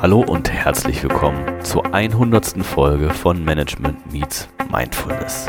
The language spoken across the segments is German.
Hallo und herzlich willkommen zur 100. Folge von Management Meets Mindfulness.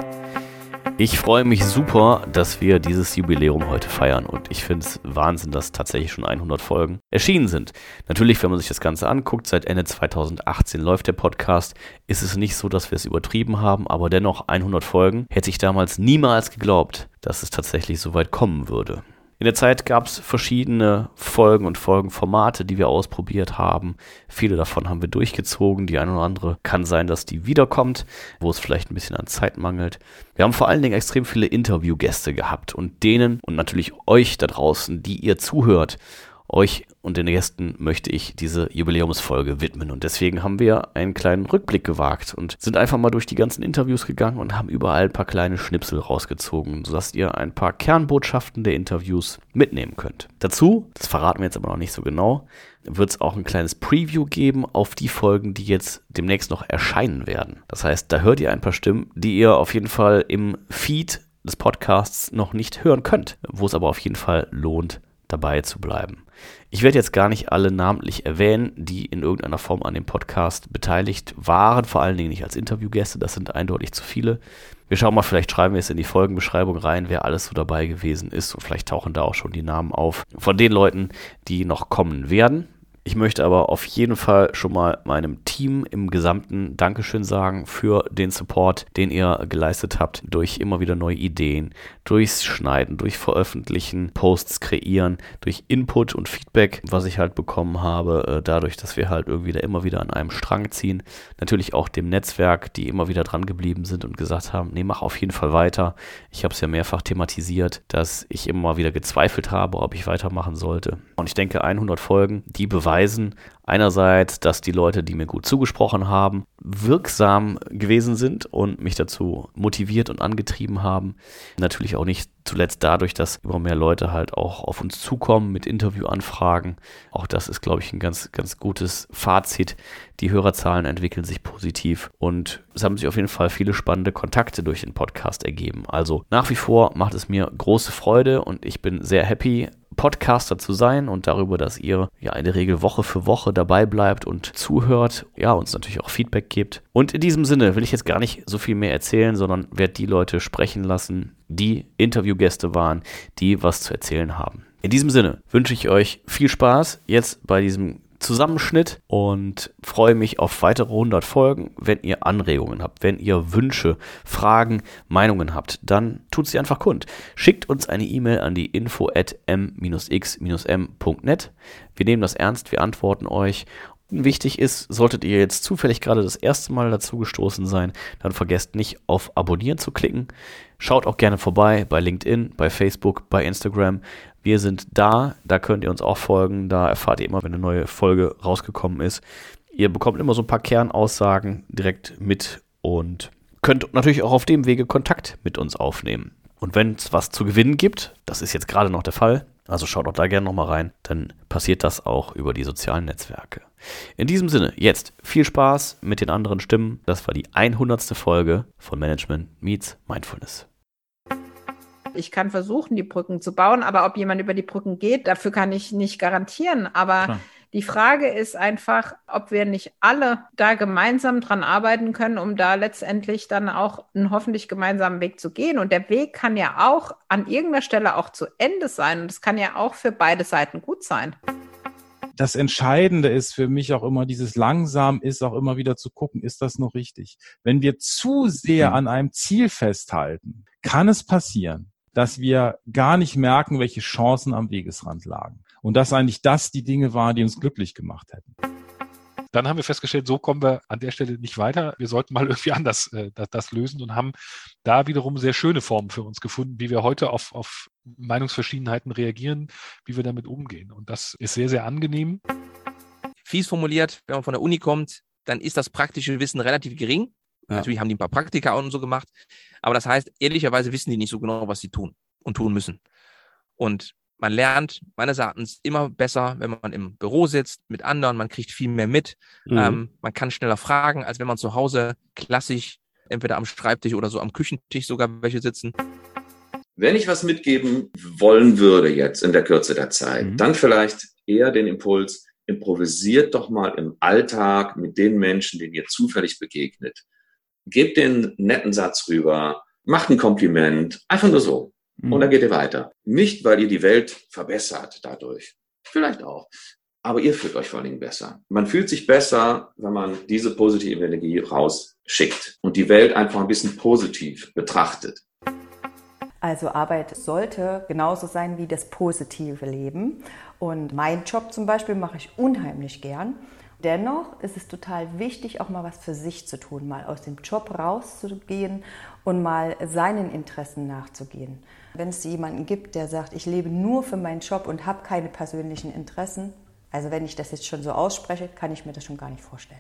Ich freue mich super, dass wir dieses Jubiläum heute feiern und ich finde es Wahnsinn, dass tatsächlich schon 100 Folgen erschienen sind. Natürlich, wenn man sich das Ganze anguckt, seit Ende 2018 läuft der Podcast, ist es nicht so, dass wir es übertrieben haben, aber dennoch 100 Folgen hätte ich damals niemals geglaubt, dass es tatsächlich so weit kommen würde. In der Zeit gab es verschiedene Folgen und Folgenformate, die wir ausprobiert haben. Viele davon haben wir durchgezogen. Die eine oder andere kann sein, dass die wiederkommt, wo es vielleicht ein bisschen an Zeit mangelt. Wir haben vor allen Dingen extrem viele Interviewgäste gehabt und denen und natürlich euch da draußen, die ihr zuhört, euch und den Gästen möchte ich diese Jubiläumsfolge widmen und deswegen haben wir einen kleinen Rückblick gewagt und sind einfach mal durch die ganzen Interviews gegangen und haben überall ein paar kleine Schnipsel rausgezogen, sodass ihr ein paar Kernbotschaften der Interviews mitnehmen könnt. Dazu, das verraten wir jetzt aber noch nicht so genau, wird es auch ein kleines Preview geben auf die Folgen, die jetzt demnächst noch erscheinen werden. Das heißt, da hört ihr ein paar Stimmen, die ihr auf jeden Fall im Feed des Podcasts noch nicht hören könnt, wo es aber auf jeden Fall lohnt, dabei zu bleiben. Ich werde jetzt gar nicht alle namentlich erwähnen, die in irgendeiner Form an dem Podcast beteiligt waren, vor allen Dingen nicht als Interviewgäste, das sind eindeutig zu viele. Wir schauen mal, vielleicht schreiben wir es in die Folgenbeschreibung rein, wer alles so dabei gewesen ist und vielleicht tauchen da auch schon die Namen auf von den Leuten, die noch kommen werden. Ich möchte aber auf jeden Fall schon mal meinem Team im Gesamten Dankeschön sagen für den Support, den ihr geleistet habt durch immer wieder neue Ideen, durchs Schneiden, durch Veröffentlichen, Posts kreieren, durch Input und Feedback, was ich halt bekommen habe, dadurch, dass wir halt irgendwie da immer wieder an einem Strang ziehen. Natürlich auch dem Netzwerk, die immer wieder dran geblieben sind und gesagt haben, nee, mach auf jeden Fall weiter. Ich habe es ja mehrfach thematisiert, dass ich immer wieder gezweifelt habe, ob ich weitermachen sollte. Und ich denke, 100 Folgen, die beweisen einerseits, dass die Leute, die mir gut zugesprochen haben, wirksam gewesen sind und mich dazu motiviert und angetrieben haben. Natürlich auch nicht zuletzt dadurch, dass immer mehr Leute halt auch auf uns zukommen mit Interviewanfragen. Auch das ist, glaube ich, ein ganz, ganz gutes Fazit. Die Hörerzahlen entwickeln sich positiv und es haben sich auf jeden Fall viele spannende Kontakte durch den Podcast ergeben. Also nach wie vor macht es mir große Freude und ich bin sehr happy, Podcaster zu sein und darüber, dass ihr ja in der Regel Woche für Woche dabei bleibt und zuhört, ja, uns natürlich auch Feedback gebt. Und in diesem Sinne will ich jetzt gar nicht so viel mehr erzählen, sondern werde die Leute sprechen lassen, die Interviewgäste waren, die was zu erzählen haben. In diesem Sinne wünsche ich euch viel Spaß jetzt bei diesem Zusammenschnitt und freue mich auf weitere 100 Folgen. Wenn ihr Anregungen habt, wenn ihr Wünsche, Fragen, Meinungen habt, dann tut sie einfach kund. Schickt uns eine E-Mail an die info@m-x-m.net. Wir nehmen das ernst, wir antworten euch. Wichtig ist, solltet ihr jetzt zufällig gerade das erste Mal dazu gestoßen sein, dann vergesst nicht auf Abonnieren zu klicken. Schaut auch gerne vorbei bei LinkedIn, bei Facebook, bei Instagram. Wir sind da könnt ihr uns auch folgen, da erfahrt ihr immer, wenn eine neue Folge rausgekommen ist. Ihr bekommt immer so ein paar Kernaussagen direkt mit und könnt natürlich auch auf dem Wege Kontakt mit uns aufnehmen. Und wenn es was zu gewinnen gibt, das ist jetzt gerade noch der Fall, also schaut auch da gerne nochmal rein, dann passiert das auch über die sozialen Netzwerke. In diesem Sinne, jetzt viel Spaß mit den anderen Stimmen. Das war die 100. Folge von Management Meets Mindfulness. Ich kann versuchen, die Brücken zu bauen, aber ob jemand über die Brücken geht, dafür kann ich nicht garantieren. Aber klar, die Frage ist einfach, ob wir nicht alle da gemeinsam dran arbeiten können, um da letztendlich dann auch einen hoffentlich gemeinsamen Weg zu gehen. Und der Weg kann ja auch an irgendeiner Stelle auch zu Ende sein. Und es kann ja auch für beide Seiten gut sein. Das Entscheidende ist für mich auch immer, dieses langsam ist auch immer wieder zu gucken, ist das noch richtig? Wenn wir zu sehr an einem Ziel festhalten, kann es passieren, dass wir gar nicht merken, welche Chancen am Wegesrand lagen. Und dass eigentlich das die Dinge waren, die uns glücklich gemacht hätten. Dann haben wir festgestellt, so kommen wir an der Stelle nicht weiter. Wir sollten mal irgendwie anders das lösen und haben da wiederum sehr schöne Formen für uns gefunden, wie wir heute auf Meinungsverschiedenheiten reagieren, wie wir damit umgehen. Und das ist sehr, sehr angenehm. Fies formuliert, wenn man von der Uni kommt, dann ist das praktische Wissen relativ gering. Ja. Natürlich haben die ein paar Praktika und so gemacht. Aber das heißt, ehrlicherweise wissen die nicht so genau, was sie tun und tun müssen. Und man lernt meines Erachtens immer besser, wenn man im Büro sitzt mit anderen. Man kriegt viel mehr mit. Man kann schneller fragen, als wenn man zu Hause klassisch entweder am Schreibtisch oder so am Küchentisch sogar welche sitzen. Wenn ich was mitgeben wollen würde jetzt in der Kürze der Zeit, dann vielleicht eher den Impuls, improvisiert doch mal im Alltag mit den Menschen, denen ihr zufällig begegnet. Gebt den netten Satz rüber, macht ein Kompliment, einfach nur so. Und dann geht ihr weiter. Nicht, weil ihr die Welt verbessert dadurch. Vielleicht auch. Aber ihr fühlt euch vor allen Dingen besser. Man fühlt sich besser, wenn man diese positive Energie rausschickt und die Welt einfach ein bisschen positiv betrachtet. Also Arbeit sollte genauso sein wie das positive Leben. Und meinen Job zum Beispiel mache ich unheimlich gern. Dennoch ist es total wichtig, auch mal was für sich zu tun, mal aus dem Job rauszugehen und mal seinen Interessen nachzugehen. Wenn es jemanden gibt, der sagt, ich lebe nur für meinen Job und habe keine persönlichen Interessen, also wenn ich das jetzt schon so ausspreche, kann ich mir das schon gar nicht vorstellen.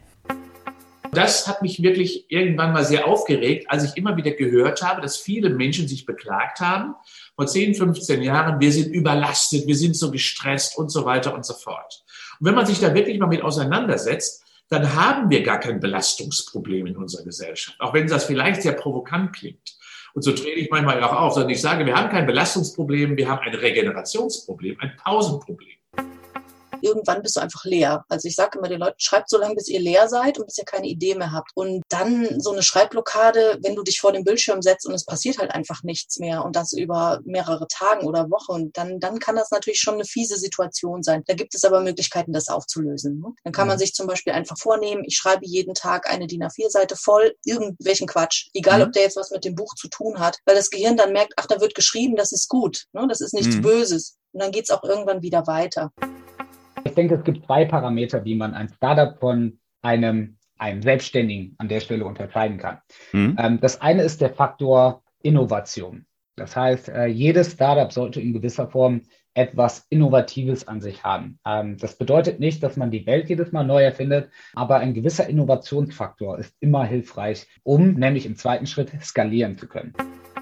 Das hat mich wirklich irgendwann mal sehr aufgeregt, als ich immer wieder gehört habe, dass viele Menschen sich beklagt haben, vor 10, 15 Jahren, wir sind überlastet, wir sind so gestresst und so weiter und so fort. Und wenn man sich da wirklich mal mit auseinandersetzt, dann haben wir gar kein Belastungsproblem in unserer Gesellschaft, auch wenn das vielleicht sehr provokant klingt. Und so trete ich manchmal auch auf, sondern ich sage, wir haben kein Belastungsproblem, wir haben ein Regenerationsproblem, ein Pausenproblem. Irgendwann bist du einfach leer. Also ich sage immer den Leuten, schreibt so lange, bis ihr leer seid und bis ihr keine Idee mehr habt. Und dann so eine Schreibblockade, wenn du dich vor den Bildschirm setzt und es passiert halt einfach nichts mehr und das über mehrere Tage oder Wochen. Und dann kann das natürlich schon eine fiese Situation sein. Da gibt es aber Möglichkeiten, das aufzulösen. Dann kann man sich zum Beispiel einfach vornehmen, ich schreibe jeden Tag eine DIN A4-Seite voll irgendwelchen Quatsch. Egal, ob der jetzt was mit dem Buch zu tun hat. Weil das Gehirn dann merkt, ach, da wird geschrieben, das ist gut. Das ist nichts Böses. Und dann geht es auch irgendwann wieder weiter. Ich denke, es gibt 2 Parameter, wie man ein Startup von einem Selbstständigen an der Stelle unterscheiden kann. Das eine ist der Faktor Innovation. Das heißt, jedes Startup sollte in gewisser Form etwas Innovatives an sich haben. Das bedeutet nicht, dass man die Welt jedes Mal neu erfindet, aber ein gewisser Innovationsfaktor ist immer hilfreich, um nämlich im zweiten Schritt skalieren zu können.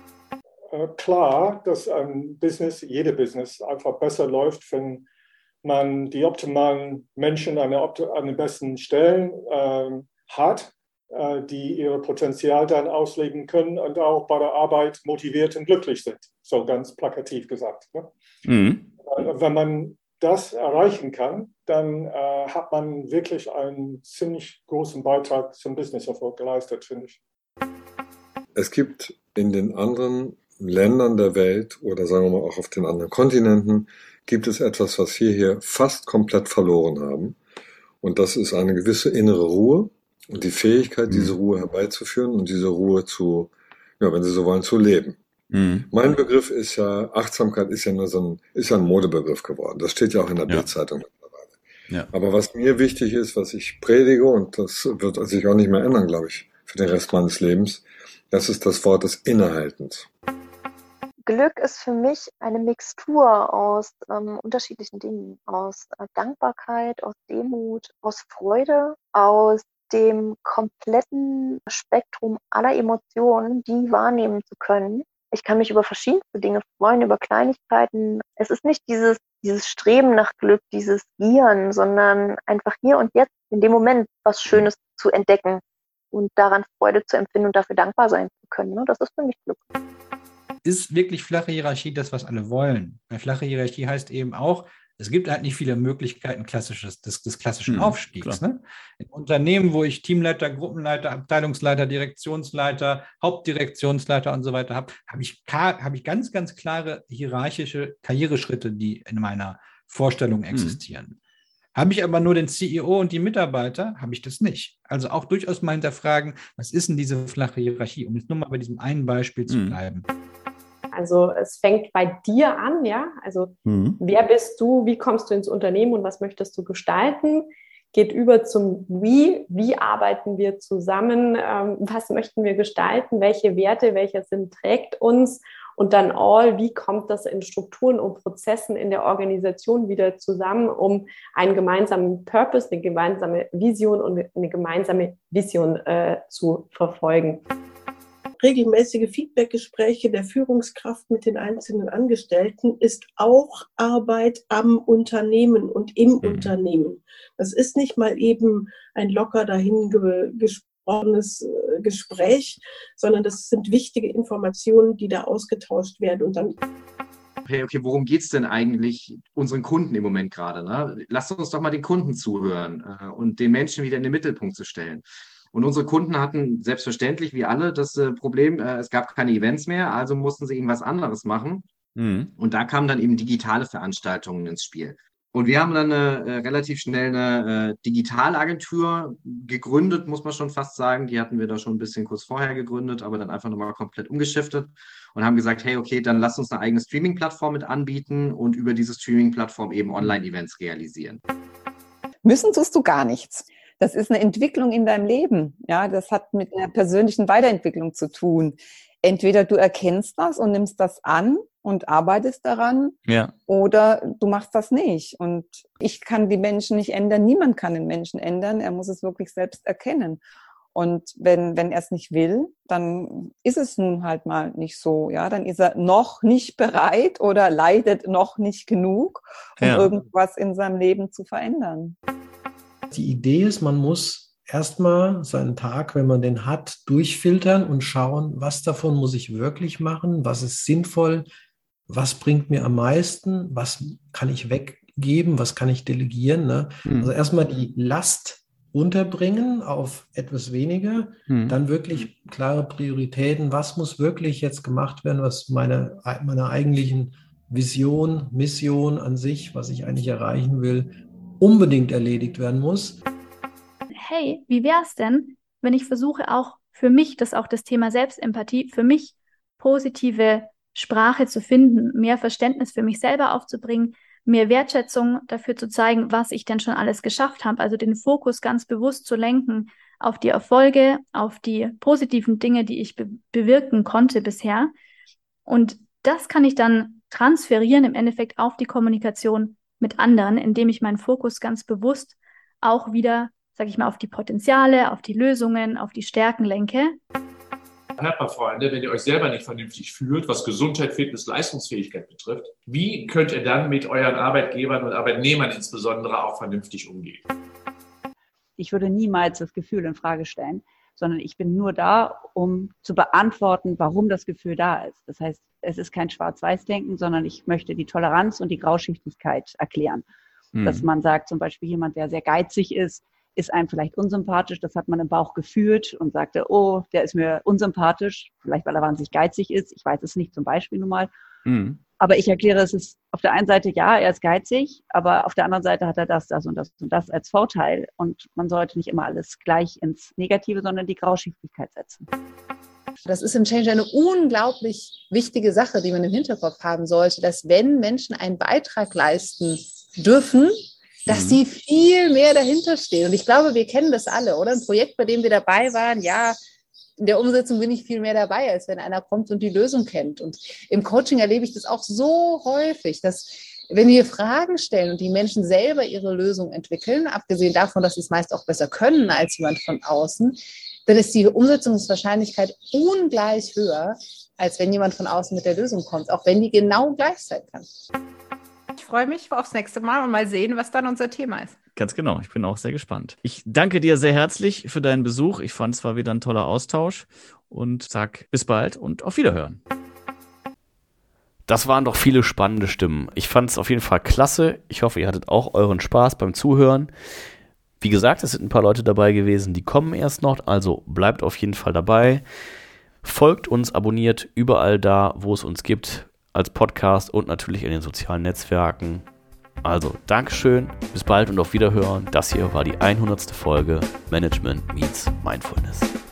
Klar, dass ein Business, jede Business einfach besser läuft, wenn man die optimalen Menschen an den besten Stellen hat, die ihr Potenzial dann ausleben können und auch bei der Arbeit motiviert und glücklich sind. So ganz plakativ gesagt. Ne? Wenn man das erreichen kann, dann hat man wirklich einen ziemlich großen Beitrag zum Businesserfolg geleistet, finde ich. Es gibt in den anderen Ländern der Welt oder sagen wir mal auch auf den anderen Kontinenten gibt es etwas, was wir hier fast komplett verloren haben. Und das ist eine gewisse innere Ruhe und die Fähigkeit, diese Ruhe herbeizuführen und diese Ruhe zu, ja, wenn Sie so wollen, zu leben. Mein Begriff ist ja, Achtsamkeit ist ja nur ist ja ein Modebegriff geworden. Das steht ja auch in der Bild-Zeitung mittlerweile. Ja. Aber was mir wichtig ist, was ich predige, und das wird sich auch nicht mehr ändern, glaube ich, für den Rest meines Lebens, das ist das Wort des Innehaltens. Glück ist für mich eine Mixtur aus unterschiedlichen Dingen, aus Dankbarkeit, aus Demut, aus Freude, aus dem kompletten Spektrum aller Emotionen, die wahrnehmen zu können. Ich kann mich über verschiedenste Dinge freuen, über Kleinigkeiten. Es ist nicht dieses Streben nach Glück, dieses Gieren, sondern einfach hier und jetzt in dem Moment was Schönes zu entdecken und daran Freude zu empfinden und dafür dankbar sein zu können. Das ist für mich Glück. Ist wirklich flache Hierarchie das, was alle wollen? Eine flache Hierarchie heißt eben auch, es gibt halt nicht viele Möglichkeiten des klassischen Aufstiegs. Ne? In Unternehmen, wo ich Teamleiter, Gruppenleiter, Abteilungsleiter, Direktionsleiter, Hauptdirektionsleiter und so weiter habe, habe ich ganz, ganz klare hierarchische Karriereschritte, die in meiner Vorstellung existieren. Habe ich aber nur den CEO und die Mitarbeiter, habe ich das nicht. Also auch durchaus mal hinterfragen, was ist denn diese flache Hierarchie? Um jetzt nur mal bei diesem einen Beispiel zu bleiben. Also es fängt bei dir an, ja. Also wer bist du, wie kommst du ins Unternehmen und was möchtest du gestalten? Geht über zum wie arbeiten wir zusammen, was möchten wir gestalten, welche Werte, welcher Sinn trägt uns und dann wie kommt das in Strukturen und Prozessen in der Organisation wieder zusammen, um einen gemeinsamen Purpose, eine gemeinsame Vision und eine gemeinsame Vision zu verfolgen. Regelmäßige Feedbackgespräche der Führungskraft mit den einzelnen Angestellten ist auch Arbeit am Unternehmen und im Unternehmen. Das ist nicht mal eben ein locker dahin gesprochenes Gespräch, sondern das sind wichtige Informationen, die da ausgetauscht werden. Und dann okay, worum geht es denn eigentlich unseren Kunden im Moment gerade? Ne? Lasst uns doch mal den Kunden zuhören und den Menschen wieder in den Mittelpunkt zu stellen. Und unsere Kunden hatten selbstverständlich, wie alle, das Problem, es gab keine Events mehr, also mussten sie irgendwas anderes machen. Und da kamen dann eben digitale Veranstaltungen ins Spiel. Und wir haben dann relativ schnell eine Digitalagentur gegründet, muss man schon fast sagen. Die hatten wir da schon ein bisschen kurz vorher gegründet, aber dann einfach nochmal komplett umgeschiftet und haben gesagt, hey, okay, dann lass uns eine eigene Streaming-Plattform mit anbieten und über diese Streaming-Plattform eben Online-Events realisieren. Müssen tust du gar nichts. Das ist eine Entwicklung in deinem Leben. Ja, das hat mit einer persönlichen Weiterentwicklung zu tun. Entweder du erkennst das und nimmst das an und arbeitest daran, oder du machst das nicht. Und ich kann die Menschen nicht ändern, niemand kann den Menschen ändern, er muss es wirklich selbst erkennen. Und wenn er es nicht will, dann ist es nun halt mal nicht so. Ja, dann ist er noch nicht bereit oder leidet noch nicht genug, um irgendwas in seinem Leben zu verändern. Die Idee ist, man muss erstmal seinen Tag, wenn man den hat, durchfiltern und schauen, was davon muss ich wirklich machen, was ist sinnvoll, was bringt mir am meisten, was kann ich weggeben, was kann ich delegieren. Ne? Also erstmal die Last runterbringen auf etwas weniger, dann wirklich klare Prioritäten, was muss wirklich jetzt gemacht werden, was meiner eigentlichen Vision, Mission an sich, was ich eigentlich erreichen will, unbedingt erledigt werden muss. Hey, wie wäre es denn, wenn ich versuche auch für mich, das ist auch das Thema Selbstempathie, für mich positive Sprache zu finden, mehr Verständnis für mich selber aufzubringen, mehr Wertschätzung dafür zu zeigen, was ich denn schon alles geschafft habe, also den Fokus ganz bewusst zu lenken auf die Erfolge, auf die positiven Dinge, die ich bewirken konnte bisher. Und das kann ich dann transferieren im Endeffekt auf die Kommunikation mit anderen, indem ich meinen Fokus ganz bewusst auch wieder, sage ich mal, auf die Potenziale, auf die Lösungen, auf die Stärken lenke. Freunde, wenn ihr euch selber nicht vernünftig fühlt, was Gesundheit, Fitness, Leistungsfähigkeit betrifft, wie könnt ihr dann mit euren Arbeitgebern und Arbeitnehmern insbesondere auch vernünftig umgehen? Ich würde niemals das Gefühl in Frage stellen, sondern ich bin nur da, um zu beantworten, warum das Gefühl da ist. Das heißt, es ist kein Schwarz-Weiß-Denken, sondern ich möchte die Toleranz und die Grauschichtigkeit erklären. Dass man sagt, zum Beispiel jemand, der sehr geizig ist einem vielleicht unsympathisch, das hat man im Bauch gefühlt und sagte, oh, der ist mir unsympathisch, vielleicht weil er wahnsinnig geizig ist, ich weiß es nicht, zum Beispiel nun mal. Aber ich erkläre, es ist auf der einen Seite, ja, er ist geizig, aber auf der anderen Seite hat er das und das und das als Vorteil und man sollte nicht immer alles gleich ins Negative, sondern die Grauschichtigkeit setzen. Das ist im Change eine unglaublich wichtige Sache, die man im Hinterkopf haben sollte, dass wenn Menschen einen Beitrag leisten dürfen, dass sie viel mehr dahinter stehen. Und ich glaube, wir kennen das alle, oder? Ein Projekt, bei dem wir dabei waren, ja, in der Umsetzung bin ich viel mehr dabei, als wenn einer kommt und die Lösung kennt. Und im Coaching erlebe ich das auch so häufig, dass wenn wir Fragen stellen und die Menschen selber ihre Lösung entwickeln, abgesehen davon, dass sie es meist auch besser können als jemand von außen, dann ist die Umsetzungswahrscheinlichkeit ungleich höher, als wenn jemand von außen mit der Lösung kommt, auch wenn die genau gleich sein kann. Ich freue mich aufs nächste Mal und mal sehen, was dann unser Thema ist. Ganz genau, ich bin auch sehr gespannt. Ich danke dir sehr herzlich für deinen Besuch. Ich fand, es war wieder ein toller Austausch und sag bis bald und auf Wiederhören. Das waren doch viele spannende Stimmen. Ich fand es auf jeden Fall klasse. Ich hoffe, ihr hattet auch euren Spaß beim Zuhören. Wie gesagt, es sind ein paar Leute dabei gewesen, die kommen erst noch, also bleibt auf jeden Fall dabei. Folgt uns, abonniert überall da, wo es uns gibt, als Podcast und natürlich in den sozialen Netzwerken. Also, Dankeschön, bis bald und auf Wiederhören. Das hier war die 100. Folge Management meets Mindfulness.